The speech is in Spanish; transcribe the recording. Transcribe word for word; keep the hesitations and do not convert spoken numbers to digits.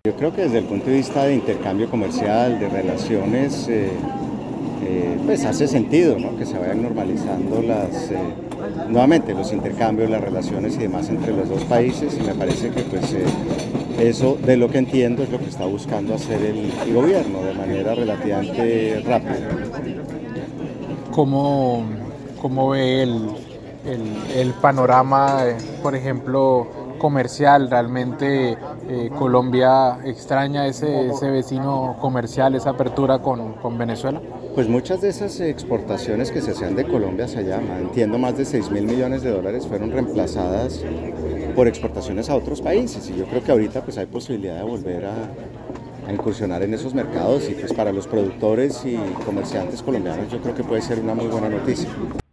Yo creo que desde el punto de vista de intercambio comercial, de relaciones, eh, eh, pues hace sentido, ¿no?, que se vayan normalizando las, eh, nuevamente los intercambios, las relaciones y demás entre los dos países, y me parece que pues eh, eso, de lo que entiendo, es lo que está buscando hacer el, el gobierno de manera relativamente rápida. ¿Cómo, cómo ve el, el, el panorama, eh, por ejemplo, comercial? ¿Realmente eh, Colombia extraña ese, ese vecino comercial, esa apertura con, con Venezuela? Pues muchas de esas exportaciones que se hacían de Colombia hacia allá, entiendo más de seis mil millones de dólares, fueron reemplazadas por exportaciones a otros países, y yo creo que ahorita pues hay posibilidad de volver a, a incursionar en esos mercados, y pues para los productores y comerciantes colombianos yo creo que puede ser una muy buena noticia.